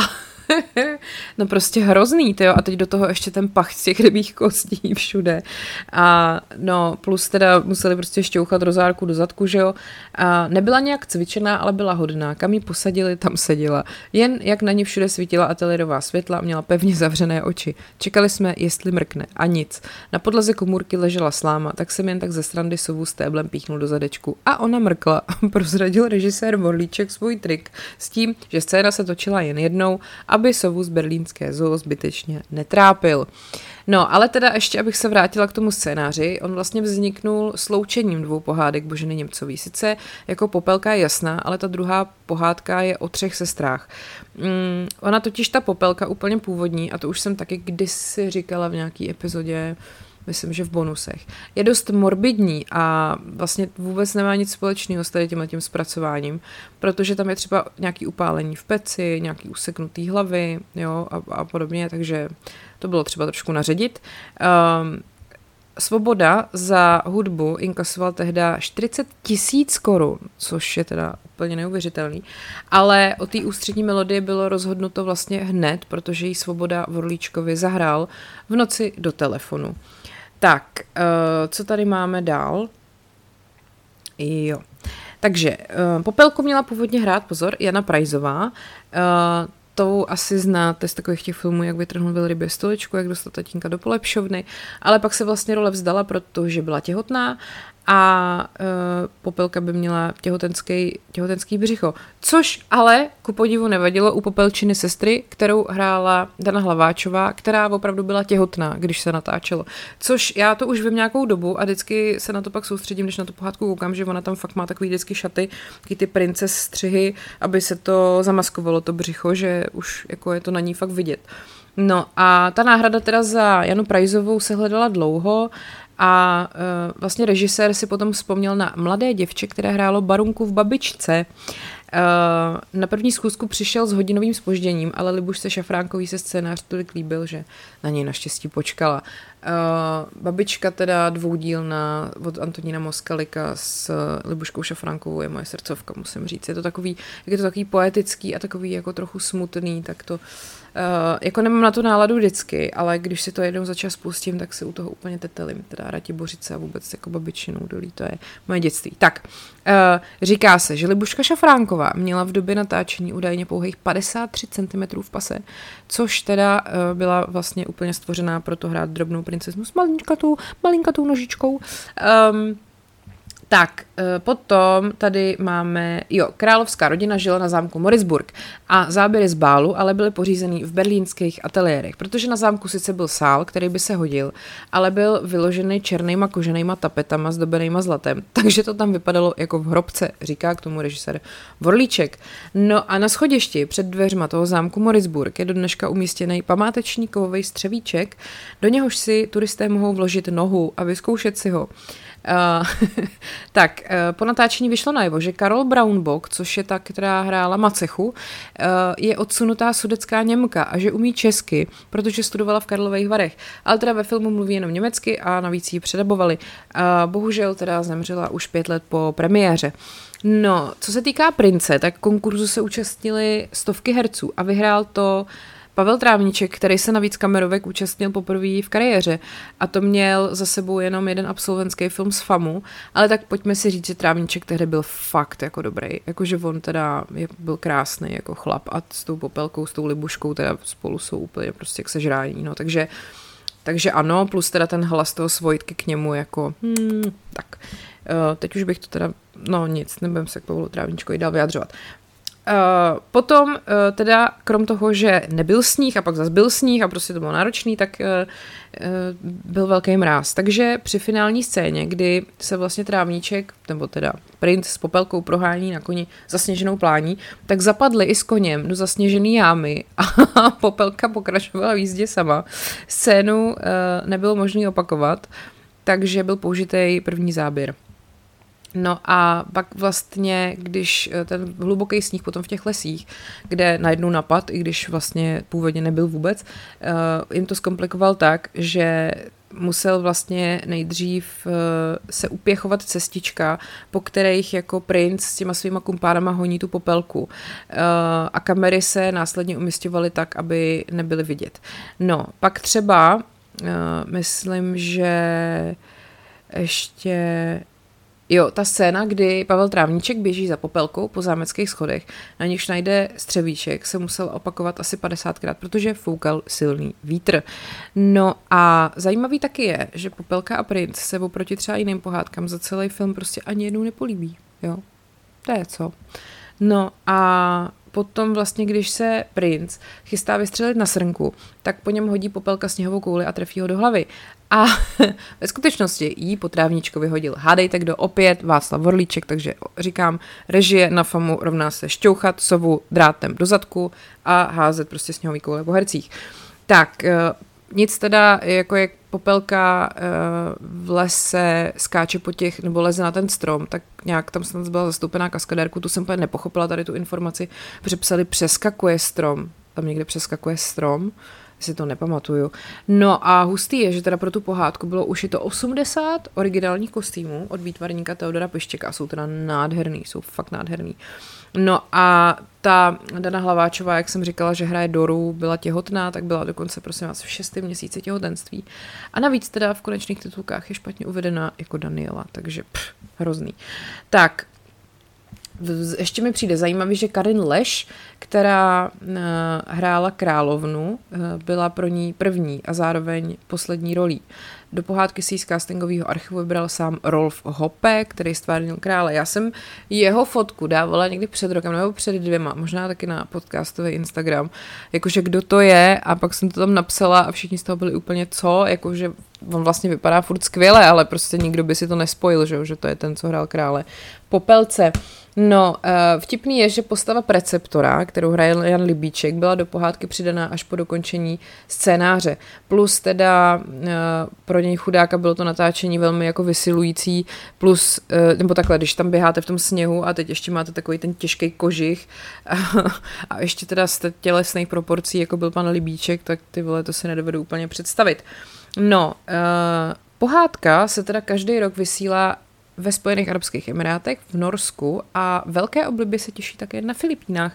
no prostě hrozný, tyjo. A teď do toho ještě ten pach z těch rybích kostí všude. A no plus teda museli prostě šťouchat rozárku do zadku, že jo. A nebyla nějak cvičená, ale byla hodná. Kam ji posadili, tam seděla. Jen jak na ní všude svítila ateliérová světla a měla pevně zavřené oči. Čekali jsme, jestli mrkne. A nic. Na podlaze komůrky ležela sláma, tak jsem jen tak ze srandy sovu stéblem píchnul do zadečku. A ona mrkla. Prozradil režisér Vorlíček svůj trik s tím, že scéna se točila jen jednou, aby sovu z berlínské zoo zbytečně netrápil. No, ale teda ještě, abych se vrátila k tomu scénáři, on vlastně vzniknul sloučením dvou pohádek Boženy Němcový. Sice jako Popelka je jasná, ale ta druhá pohádka je o třech sestrách. Mm, ona totiž ta Popelka úplně původní, a to už jsem taky kdysi říkala v nějaký epizodě, myslím, že v bonusech, je dost morbidní a vlastně vůbec nemá nic společného s tady tímhletím zpracováním, protože tam je třeba nějaký upálení v peci, nějaký useknutý hlavy, jo, a, a podobně, takže to bylo třeba trošku naředit. Um, Svoboda za hudbu inkasoval tehda čtyřicet tisíc korun, což je teda úplně neuvěřitelný, ale o té ústřední melodii bylo rozhodnuto vlastně hned, protože jí Svoboda Vorlíčkovi zahrál v Noci do telefonu. Tak, co tady máme dál? Jo. Takže Popelku měla původně hrát, pozor, Jana Prajzová. Tou asi znáte z takových těch filmů, jak vytrhnul velrybě stoličku, jak dostat tatínka do polepšovny, ale pak se vlastně role vzdala, protože byla těhotná a e, Popelka by měla těhotenský, těhotenský břicho. Což ale ku podivu nevadilo u Popelčiny sestry, kterou hrála Dana Hlaváčová, která opravdu byla těhotná, když se natáčelo. Což já to už vím nějakou dobu a vždycky se na to pak soustředím, když na tu pohádku koukám, že ona tam fakt má takový vždycky šaty, taky ty princes střihy, aby se to zamaskovalo to břicho, že už jako je to na ní fakt vidět. No a ta náhrada teda za Janu Prajzovou se hledala dlouho a e, vlastně režisér si potom vzpomněl na mladé děvče, které hrálo Barunku v Babičce. E, na první schůzku přišel s hodinovým zpožděním, ale Libušce Šafránkový se scénář tolik líbil, že na něj naštěstí počkala. Uh, Babička teda dvoudílná od Antonína Moskalika s Libuškou Šafránkovou je moje srdcovka, musím říct. Je to takový, jak je to takový poetický a takový jako trochu smutný, tak to uh, jako nemám na to náladu vždycky, ale když si to jednou za čas pustím, tak si u toho úplně tetelím. Teda Ratibořice a vůbec jako Babičinu údolí, to je moje dětství. Tak, uh, říká se, že Libuška Šafránková měla v době natáčení údajně pouhých padesát tři centimetrů v pase, což teda uh, byla vlastně úplně stvořená pro to hrát drobnou princeznu s malinkatou, malinkatou nožičkou. Um, tak, potom tady máme, jo, královská rodina žila na zámku Morisburg a záběry z bálu ale byly pořízený v berlínských ateliérech, protože na zámku sice byl sál, který by se hodil, ale byl vyložený černýma koženýma tapetama zdobenýma zlatem, takže to tam vypadalo jako v hrobce, říká k tomu režisér Vorlíček. No a na schodišti před dveřma toho zámku Morisburg je do dneška umístěný památečný kovový střevíček, do něhož si turisté mohou vložit nohu a vyzkoušet si ho. Uh, tak, uh, po natáčení vyšlo najevo, že Karol Braunbock, což je ta, která hrála Macechu, uh, je odsunutá sudetská Němka a že umí česky, protože studovala v Karlových Varech. Ale teda ve filmu mluví jenom německy a navíc ji předabovali. Uh, bohužel teda zemřela už pět let po premiéře. No, co se týká Prince, tak konkurzu se účastnili stovky herců a vyhrál to Pavel Trávníček, který se navíc kamerovek účastnil poprvé v kariéře a to měl za sebou jenom jeden absolventský film z FAMu, ale tak pojďme si říct, že Trávníček tehdy byl fakt jako dobrý, jakože on teda je, byl krásný jako chlap a s tou Popelkou, s tou Libuškou teda spolu jsou úplně prostě k sežrání, no, takže, takže ano, plus teda ten hlas toho Svojtky k němu jako, hmm, tak, uh, teď už bych to teda, no nic, nebudem se k Pavlu Trávníčkovi dál vyjadřovat. Uh, potom uh, teda krom toho, že nebyl sníh a pak zase byl sníh a prostě to bylo náročný, tak uh, uh, byl velký mráz. Takže při finální scéně, kdy se vlastně Trávníček, nebo teda princ s Popelkou prohání na koni zasněženou plání, tak zapadli i s koněm do zasněžený jámy a Popelka pokračovala v jízdě sama. Scénu uh, nebylo možné opakovat, takže byl použitý první záběr. No a pak vlastně, když ten hluboký sníh potom v těch lesích, kde najednou napad, i když vlastně původně nebyl vůbec, uh, jim to zkomplikoval tak, že musel vlastně nejdřív uh, se upěchovat cestička, po kterých jako princ s těma svýma kumpánama honí tu Popelku. Uh, a kamery se následně umisťovaly tak, aby nebyly vidět. No, pak třeba, uh, myslím, že ještě... Jo, ta scéna, kdy Pavel Trávníček běží za Popelkou po zámeckých schodech, na nichž najde střevíček, se musel opakovat asi padesátkrát, protože foukal silný vítr. No a zajímavý taky je, že Popelka a princ se oproti třeba jiným pohádkám za celý film prostě ani jednou nepolíbí. Jo, to je co. No a potom vlastně, když se princ chystá vystřelit na srnku, tak po něm hodí Popelka sněhovou kouli a trefí ho do hlavy. A ve skutečnosti jí po Trávníčkovi hodil. Hádejte kdo, opět Václav Vorlíček, takže říkám, režie na FAMu rovná se šťouchat sovu drátem do zadku a házet prostě sněhový koule po hercích. Tak, nic teda, jako jak Popelka v lese skáče po těch, nebo leze na ten strom, tak nějak tam snad byla zastoupená kaskadérku, tu jsem úplně nepochopila tady tu informaci, protože psali přeskakuje strom, tam někde přeskakuje strom, si to nepamatuju. No a hustý je, že teda pro tu pohádku bylo už je to osmdesát originálních kostýmů od výtvarníka Teodora Pištěka a jsou teda nádherný, jsou fakt nádherný. No a ta Dana Hlaváčová, jak jsem říkala, že hraje Doru, byla těhotná, tak byla dokonce, prosím vás, v šestém měsíci těhotenství. A navíc teda v konečných titulkách je špatně uvedena jako Daniela, takže pff, hrozný. Tak, ještě mi přijde zajímavý, že Karin Leš, která uh, hrála královnu, uh, byla pro ní první a zároveň poslední rolí. Do pohádky si z castingového archivu vybral sám Rolf Hoppe, který stvárnil krále. Já jsem jeho fotku dávala někdy před rokem nebo před dvěma, možná taky na podcastový Instagram, jakože kdo to je, a pak jsem to tam napsala a všichni z toho byli úplně co, jakože on vlastně vypadá furt skvěle, ale prostě nikdo by si to nespojil, že, že to je ten, co hrál krále Popelce. No, vtipný je, že postava preceptora, kterou hraje Jan Libíček, byla do pohádky přidaná až po dokončení scénáře. Plus teda pro něj chudáka bylo to natáčení velmi jako vysilující, plus, nebo takhle, když tam běháte v tom sněhu a teď ještě máte takový ten těžký kožich a, a ještě teda z tělesných proporcí, jako byl pan Libíček, tak ty vole, to si nedovedu úplně představit. No, pohádka se teda každý rok vysílá ve Spojených arabských emirátech, v Norsku a velké oblibě se těší také na Filipínách.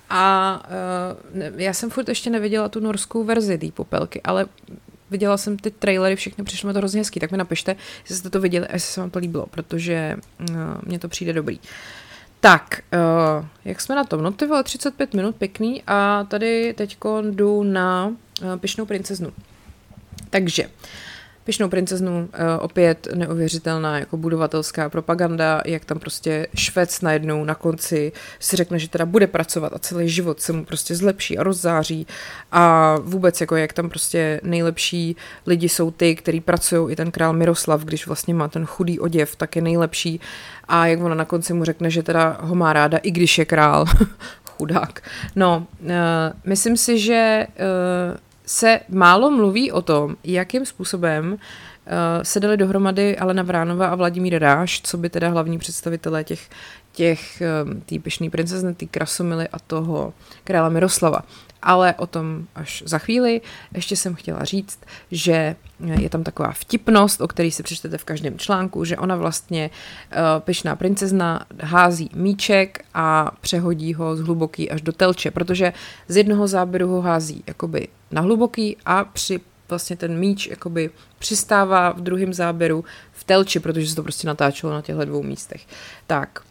A uh, já jsem furt ještě neviděla tu norskou verzi té Popelky, ale viděla jsem ty trailery, všechny, přišlo mi to hrozně hezký, tak mi napište, jestli jste to viděli a jestli se vám to líbilo, protože uh, mně to přijde dobrý. Tak, uh, jak jsme na tom? No ty vole, třicet pět minut, pěkný, a tady teďko jdu na uh, Pyšnou princeznu. Takže, Pyšnou princeznu, opět neuvěřitelná jako budovatelská propaganda, jak tam prostě Švec najednou na konci si řekne, že teda bude pracovat a celý život se mu prostě zlepší a rozzáří a vůbec jako jak tam prostě nejlepší lidi jsou ty, kteří pracují, i ten král Miroslav, když vlastně má ten chudý oděv, tak je nejlepší a jak ona na konci mu řekne, že teda ho má ráda, i když je král. Chudák. No, uh, myslím si, že uh, se málo mluví o tom, jakým způsobem uh, se dali dohromady Alena Vránová a Vladimír Ráš, co by teda hlavní představitelé těch, těch um, tý Pyšný princezny, tý Krasomily a toho krále Miroslava. Ale o tom až za chvíli. Ještě jsem chtěla říct, že je tam taková vtipnost, o který si přečtete v každém článku, že ona vlastně uh, Pyšná princezna hází míček a přehodí ho z hluboký až do telče, protože z jednoho záběru ho hází jakoby na hluboký a při vlastně ten míč jakoby přistává v druhém záběru v telči, protože se to prostě natáčelo na těchto dvou místech. Tak,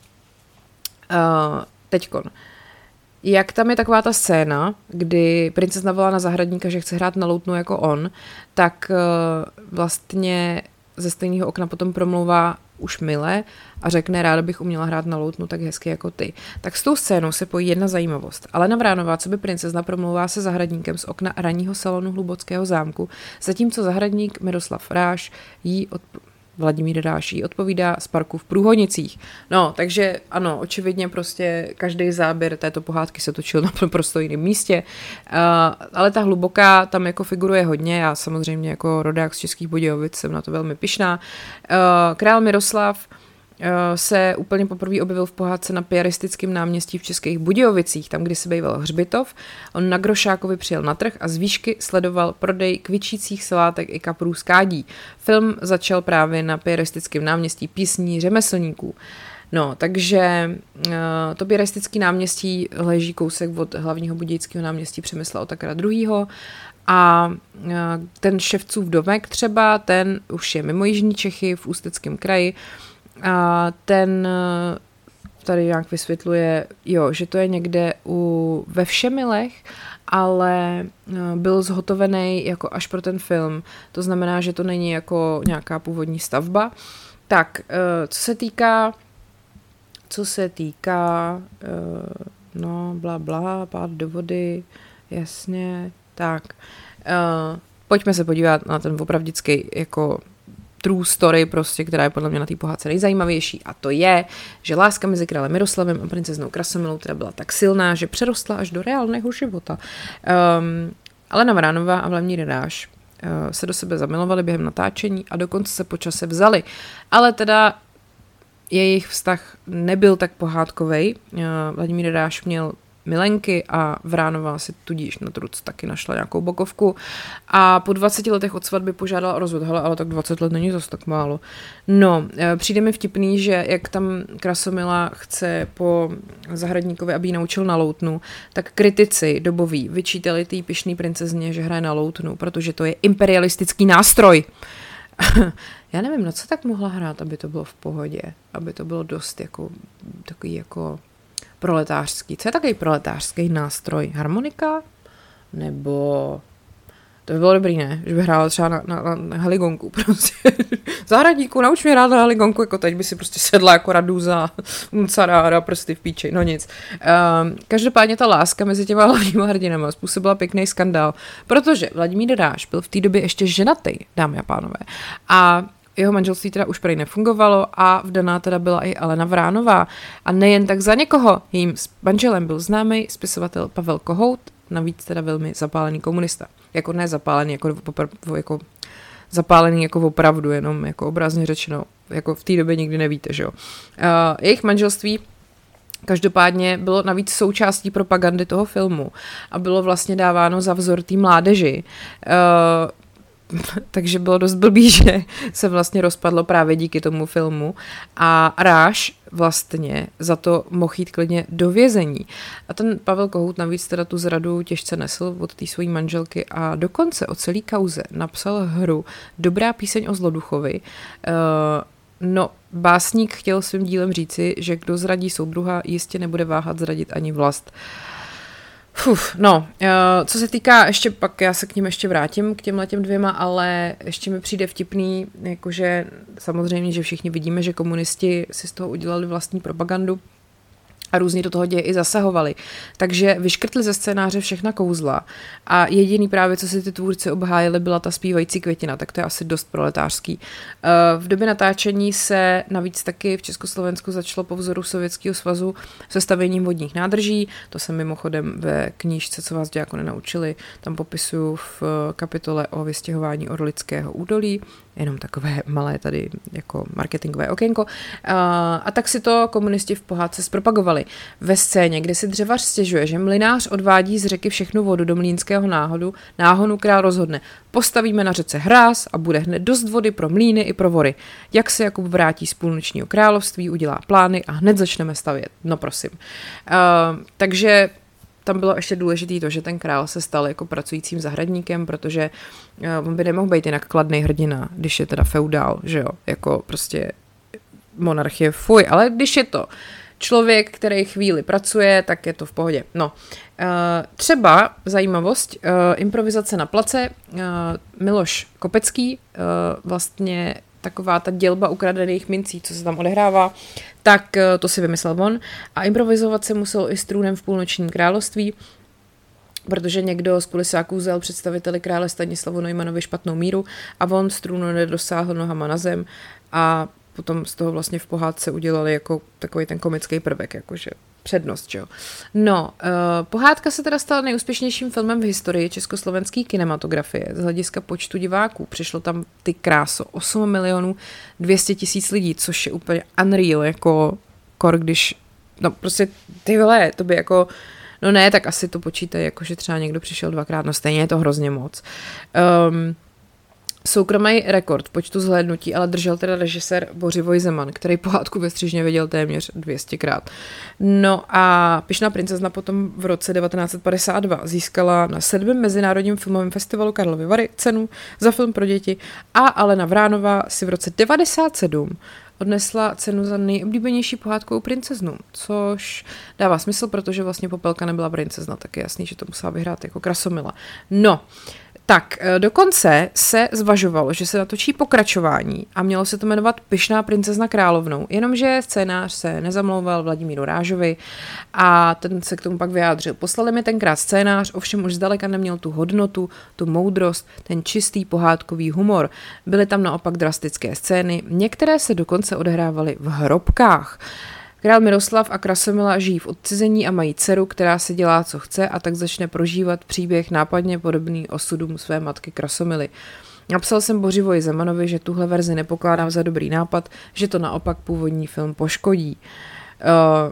uh, teďkon. Jak tam je taková ta scéna, kdy princezna volá na zahradníka, že chce hrát na loutnu jako on, tak uh, vlastně ze stejného okna potom promlouvá už Mile a řekne, ráda bych uměla hrát na loutnu tak hezky jako ty. Tak s tou scénou se pojí jedna zajímavost. Alena Vránová, co by princezna, promlouvá se zahradníkem z okna ranního salonu Hlubockého zámku, zatímco zahradník Miroslav Ráš jí od Vladimír Ráš jí odpovídá z parku v Průhonicích. No, takže ano, očividně prostě každý záběr této pohádky se točil na prostě jiném místě, uh, ale ta Hluboká tam jako figuruje hodně, já samozřejmě jako rodák z Českých Budějovic jsem na to velmi pyšná. Uh, král Miroslav se úplně poprvé objevil v pohádce na piaristickém náměstí v Českých Budějovicích, tam, kdy se býval hřbitov. On na Grošákovi přijel na trh a z výšky sledoval prodej kvičících salátek i kaprů z kádí. Film začal právě na piaristickém náměstí písní řemeslníků. No, takže to piaristické náměstí leží kousek od hlavního budějického náměstí Přemysla Otakara druhého. A ten Ševcův domek třeba, ten už je mimo jižní Čechy v Ústeckém kraji. A ten tady nějak vysvětluje, jo, že to je někde u, ve Všemilech, ale byl zhotovený jako až pro ten film. To znamená, že to není jako nějaká původní stavba. Tak, co se týká, co se týká, no, bla, bla, pád do vody, jasně, tak. Pojďme se podívat na ten opravdický jako true story prostě, která je podle mě na té pohádce nejzajímavější, a to je, že láska mezi králem Miroslavem a princeznou Krasomilou teda byla tak silná, že přerostla až do reálného života. Um, Alena Vránová a Vladimír Ráš uh, se do sebe zamilovali během natáčení a dokonce se po čase vzali, ale teda jejich vztah nebyl tak pohádkovej. Uh, Vladimír Ráš měl milenky a Vránová si tudíž na truc taky našla nějakou bokovku a po dvaceti letech od svatby požádala o rozvod. Hele, ale tak dvacet let není zase tak málo. No, přijde mi vtipný, že jak tam Krasomila chce po zahradníkovi, aby ji naučil na loutnu, tak kritici doboví vyčítali té pyšný princezně, že hraje na loutnu, protože to je imperialistický nástroj. Já nevím, na co tak mohla hrát, aby to bylo v pohodě, aby to bylo dost jako takový jako proletářský. Co je takový proletářský nástroj? Harmonika? Nebo... To by bylo dobrý, ne? Že by hrála třeba na, na, na heligonku prostě. Zahradníku, nauč mě hrát na heligonku, jako teď by si prostě sedla jako Raduza, Uncarára, prostě v píči, no nic. Um, každopádně ta láska mezi těma hlavníma hrdinama způsobila pěkný skandál, protože Vladimír Ráž byl v té době ještě ženatý, dámy a pánové. A jeho manželství teda už prej nefungovalo a vdaná teda byla i Alena Vránová. A nejen tak za někoho, jejím manželem byl známý spisovatel Pavel Kohout, navíc teda velmi zapálený komunista. Jako ne zapálený, jako, jako zapálený jako opravdu, jenom jako obrazně řečeno, jako v té době nikdy nevíte, že jo. Uh, jejich manželství každopádně bylo navíc součástí propagandy toho filmu a bylo vlastně dáváno za vzor té mládeži. Uh, takže bylo dost blbý, že se vlastně rozpadlo právě díky tomu filmu a Ráž vlastně za to mohl jít klidně do vězení. A ten Pavel Kohout navíc teda tu zradu těžce nesl od té své manželky a dokonce o celý kauze napsal hru Dobrá píseň o zloduchovi. No, básník chtěl svým dílem říci, že kdo zradí soudruha, jistě nebude váhat zradit ani vlast. Uf, no, co se týká, ještě pak já se k ním ještě vrátím, k těmhle těm dvěma, ale ještě mi přijde vtipný, jakože samozřejmě, že všichni vidíme, že komunisti si z toho udělali vlastní propagandu a různě do toho děje i zasahovali. Takže vyškrtli ze scénáře všechna kouzla a jediný právě, co si ty tvůrci obhájili, byla ta zpívající květina, tak to je asi dost proletářský. V době natáčení se navíc taky v Československu začalo po vzoru Sovětského svazu se stavěním vodních nádrží, to jsem mimochodem ve knížce, co vás děláko nenaučili, tam popisuju v kapitole o vystěhování Orlického údolí, jenom takové malé tady jako marketingové okénko. A, a tak si to komunisti v pohádce zpropagovali. Ve scéně, kde si dřevař stěžuje, že mlynář odvádí z řeky všechnu vodu do mlýnského náhodu, náhonu král rozhodne. Postavíme na řece hráz a bude hned dost vody pro mlýny i pro vory. Jak se Jakub vrátí z půlnočního království, udělá plány a hned začneme stavět. No prosím. A, takže tam bylo ještě důležité to, že ten král se stal jako pracujícím zahradníkem, protože on by nemohl být jinak kladný hrdina, když je teda feudál, že jo, jako prostě monarchie, fuj, ale když je to člověk, který chvíli pracuje, tak je to v pohodě. No, třeba zajímavost, improvizace na place, Miloš Kopecký, vlastně taková ta dělba ukradených mincí, co se tam odehrává, tak to si vymyslel on. A improvizovat se musel i s trůnem v půlnočním království, protože někdo z kulisáků vzal představiteli krále Stanislavu Neumannovi špatnou míru a on z trůnu nedosáhl nohama na zem a potom z toho vlastně v pohádce udělali jako takový ten komický prvek, jakože přednost, jo. No, uh, pohádka se teda stala nejúspěšnějším filmem v historii československé kinematografie z hlediska počtu diváků. Přišlo tam ty kráso osm milionů dvě stě tisíc lidí, což je úplně unreal, jako kor, když, no prostě ty vole, to by jako, no ne, tak asi to počítají, jakože třeba někdo přišel dvakrát, no stejně je to hrozně moc. Um, Soukromý rekord počtu zhlédnutí ale držel teda režisér Bořivoj Zeman, který pohádku ve Střižně viděl téměř dvě stě krát. No a Pyšná princezna potom v roce devatenáct set padesát dva získala na sedmém mezinárodním filmovém festivalu Karlovy Vary cenu za film pro děti a Alena Vránová si v roce devadesát sedm odnesla cenu za nejoblíbenější pohádkovou princeznu, což dává smysl, protože vlastně Popelka nebyla princezna, tak je jasný, že to musela vyhrát jako Krasomila. No, tak dokonce se zvažovalo, že se natočí pokračování a mělo se to jmenovat Pyšná princezna královnou, jenomže scénář se nezamlouval Vladimíru Rážovi a ten se k tomu pak vyjádřil. Poslali mi tenkrát scénář, ovšem už zdaleka neměl tu hodnotu, tu moudrost, ten čistý pohádkový humor. Byly tam naopak drastické scény, některé se dokonce odehrávaly v hrobkách. Král Miroslav a Krasomila žijí v odcizení a mají dceru, která si dělá, co chce a tak začne prožívat příběh nápadně podobný osudům své matky Krasomily. Napsal jsem Bořivoji Zemanovi, že tuhle verzi nepokládám za dobrý nápad, že to naopak původní film poškodí. Uh,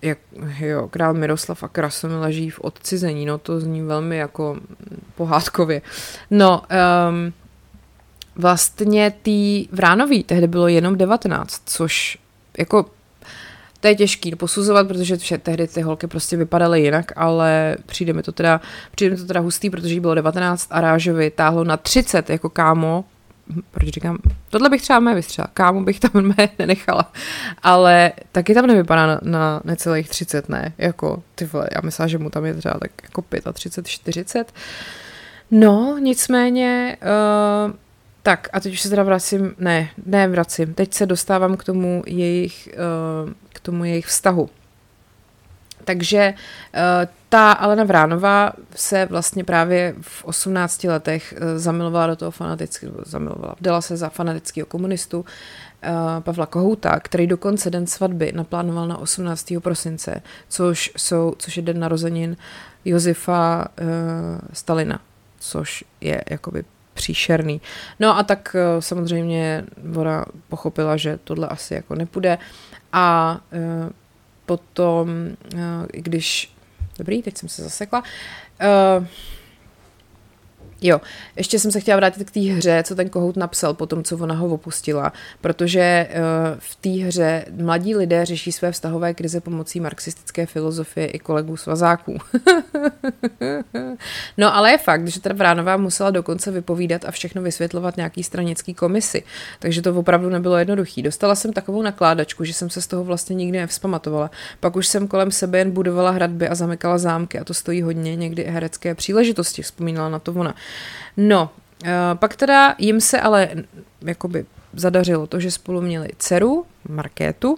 jak, jo, král Miroslav a Krasomila žijí v odcizení, no to zní velmi jako pohádkově. No, um, vlastně tý Vránový tehdy bylo jenom devatenáct, což jako to je těžký posuzovat, protože vše, tehdy ty holky prostě vypadaly jinak, ale přijde mi to teda, přijde mi to teda hustý, protože jí bylo devatenáct a Rážovi táhlo na třicet jako kámo. Proč říkám, tohle bych třeba mé vystřela, kámo bych tam mé nenechala, ale taky tam nevypadá na, na necelých třicet, ne, jako ty vole, já myslím, že mu tam je třeba tak jako třicet pět, čtyřicet. No, nicméně, uh, tak a teď už se teda vracím, ne, ne vracím, teď se dostávám k tomu jejich, uh, k tomu jejich vztahu. Takže uh, ta Alena Vránová se vlastně právě v osmnácti letech uh, zamilovala do toho fanatického, zamilovala, vdala se za fanatického komunistu uh, Pavla Kohouta, který dokonce den svatby naplánoval na osmnáctého prosince, což, jsou, což je den narozenin Josefa uh, Stalina, což je jakoby příšerný. No a tak uh, samozřejmě ona pochopila, že tohle asi jako nepůjde a uh, potom, když... Dobrý, teď jsem se zasekla. Uh, jo, ještě jsem se chtěla vrátit k té hře, co ten Kohout napsal po tom, co ona ho opustila, protože uh, v té hře mladí lidé řeší své vztahové krize pomocí marxistické filozofie i kolegů svazáků. No ale je fakt, že ta Vránová musela dokonce vypovídat a všechno vysvětlovat nějaký stranický komisi, takže to opravdu nebylo jednoduchý. Dostala jsem takovou nakládačku, že jsem se z toho vlastně nikdy nevzpamatovala. Pak už jsem kolem sebe jen budovala hradby a zamykala zámky a to stojí hodně, někdy i herecké příležitosti, vzpomínala na to ona. No, pak teda jim se ale jakoby zadařilo to, že spolu měli dceru, Markétu,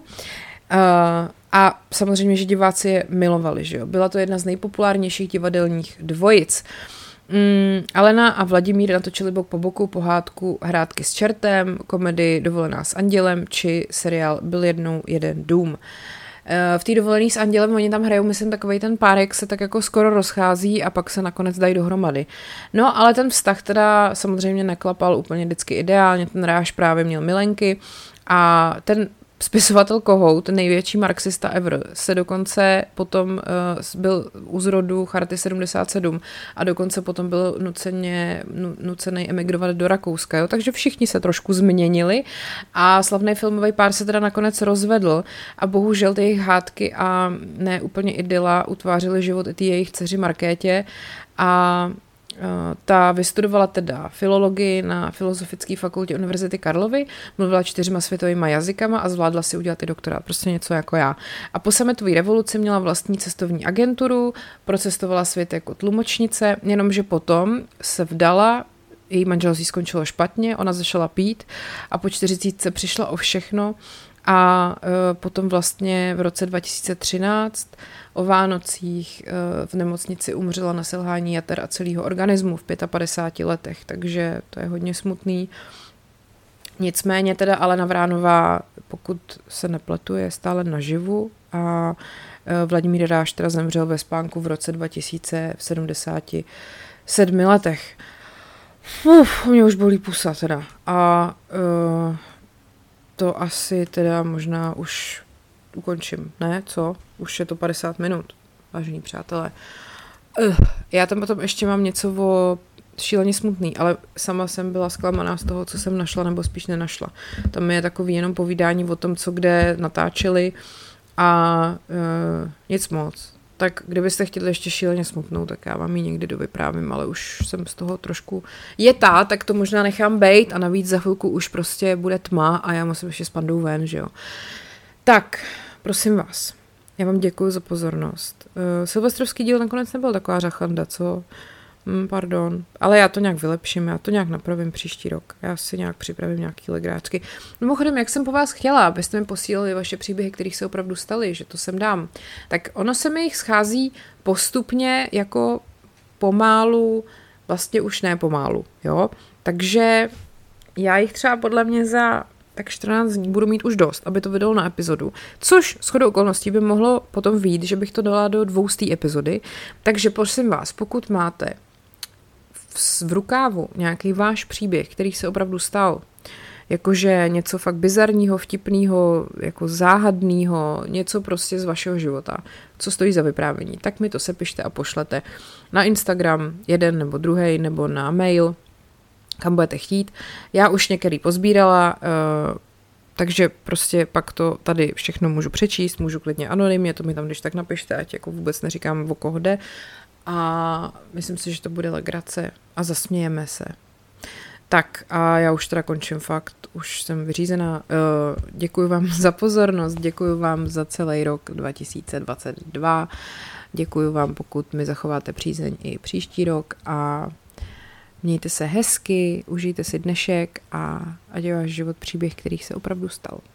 a samozřejmě, že diváci je milovali, že jo. Byla to jedna z nejpopulárnějších divadelních dvojic. Mm, Alena a Vladimír natočili bok po boku pohádku Hrátky s čertem, komedii Dovolená s andělem či seriál Byl jednou jeden dům. V té Dovolený s andělem oni tam hrajou, myslím, takovej ten párek se tak jako skoro rozchází a pak se nakonec dají dohromady. No, ale ten vztah teda samozřejmě neklapal úplně vždycky ideálně, ten Ráž právě měl milenky a ten spisovatel Kohout, největší marxista ever, se dokonce potom uh, byl u zrodu Charty sedmdesát sedm a dokonce potom byl nuceně, nu, nucený emigrovat do Rakouska, jo? Takže všichni se trošku změnili a slavný filmový pár se teda nakonec rozvedl a bohužel ty jejich hádky a ne úplně idyla utvářely život i ty jejich dceři Markétě a ta vystudovala teda filologii na Filozofické fakultě Univerzity Karlovy, mluvila čtyřma světovýma jazykama a zvládla si udělat i doktorát, prostě něco jako já. A po sametové revoluci měla vlastní cestovní agenturu, procestovala svět jako tlumočnice, jenomže potom se vdala, její manželství skončilo špatně, ona začala pít a po čtyřicítce přišla o všechno a e, potom vlastně v roce dva tisíce třináct o Vánocích e, v nemocnici umřela na selhání jater a celého organismu v padesáti pěti letech, takže to je hodně smutný. Nicméně teda Alena Vránová, pokud se nepletu, je stále naživu a e, Vladimír Ráž teda zemřel ve spánku v roce dva tisíce v sedmdesáti sedmi letech. Uf, mě už bolí pusa teda. A e, to asi teda možná už ukončím, ne? Co? Už je to padesát minut, vážení přátelé. Uh, já tam potom ještě mám něco o šíleně smutný, ale sama jsem byla zklamaná z toho, co jsem našla, nebo spíš nenašla. Tam je takový jenom povídání o tom, co kde natáčeli a uh, nic moc. Tak kdybyste chtěli ještě šíleně smutnou, tak já vám ji někdy dovyprávím, ale už jsem z toho trošku jetá, tak to možná nechám bejt a navíc za chvilku už prostě bude tma a já musím ještě s pandou ven, že jo. Tak, prosím vás, já vám děkuji za pozornost. Uh, Silvestrovský díl nakonec nebyl taková řachanda, co? Hmm, pardon, ale já to nějak vylepším, já to nějak napravím příští rok. Já si nějak připravím nějaký legráčky. Mimochodem, jak jsem po vás chtěla, abyste mi posílali vaše příběhy, kterých se opravdu staly, že to sem dám, tak ono se mi jich schází postupně jako pomálu, vlastně už ne pomálu, jo. Takže já jich třeba podle mě za tak čtrnáct dní budu mít už dost, aby to vydalo na epizodu, což shodou okolností by mohlo potom vyjít, že bych to dala do dvousté epizody. Takže prosím vás, pokud máte v rukávu nějaký váš příběh, který se opravdu stal, jakože něco fakt bizarního, vtipného, jako záhadného, něco prostě z vašeho života, co stojí za vyprávění, tak mi to sepište a pošlete na Instagram, jeden nebo druhý, nebo na mail, kam budete chtít. Já už některý pozbírala, uh, takže prostě pak to tady všechno můžu přečíst, můžu klidně anonymně, to mi tam když tak napište, ať jako vůbec neříkám, o koho jde. A myslím si, že to bude legrace a zasmějeme se. Tak a já už teda končím fakt, už jsem vyřízená. Děkuji vám za pozornost, děkuji vám za celý rok dva tisíce dvacet dva, děkuji vám, pokud mi zachováte přízeň i příští rok a mějte se hezky, užijte si dnešek a ať je váš život příběh, který se opravdu stal.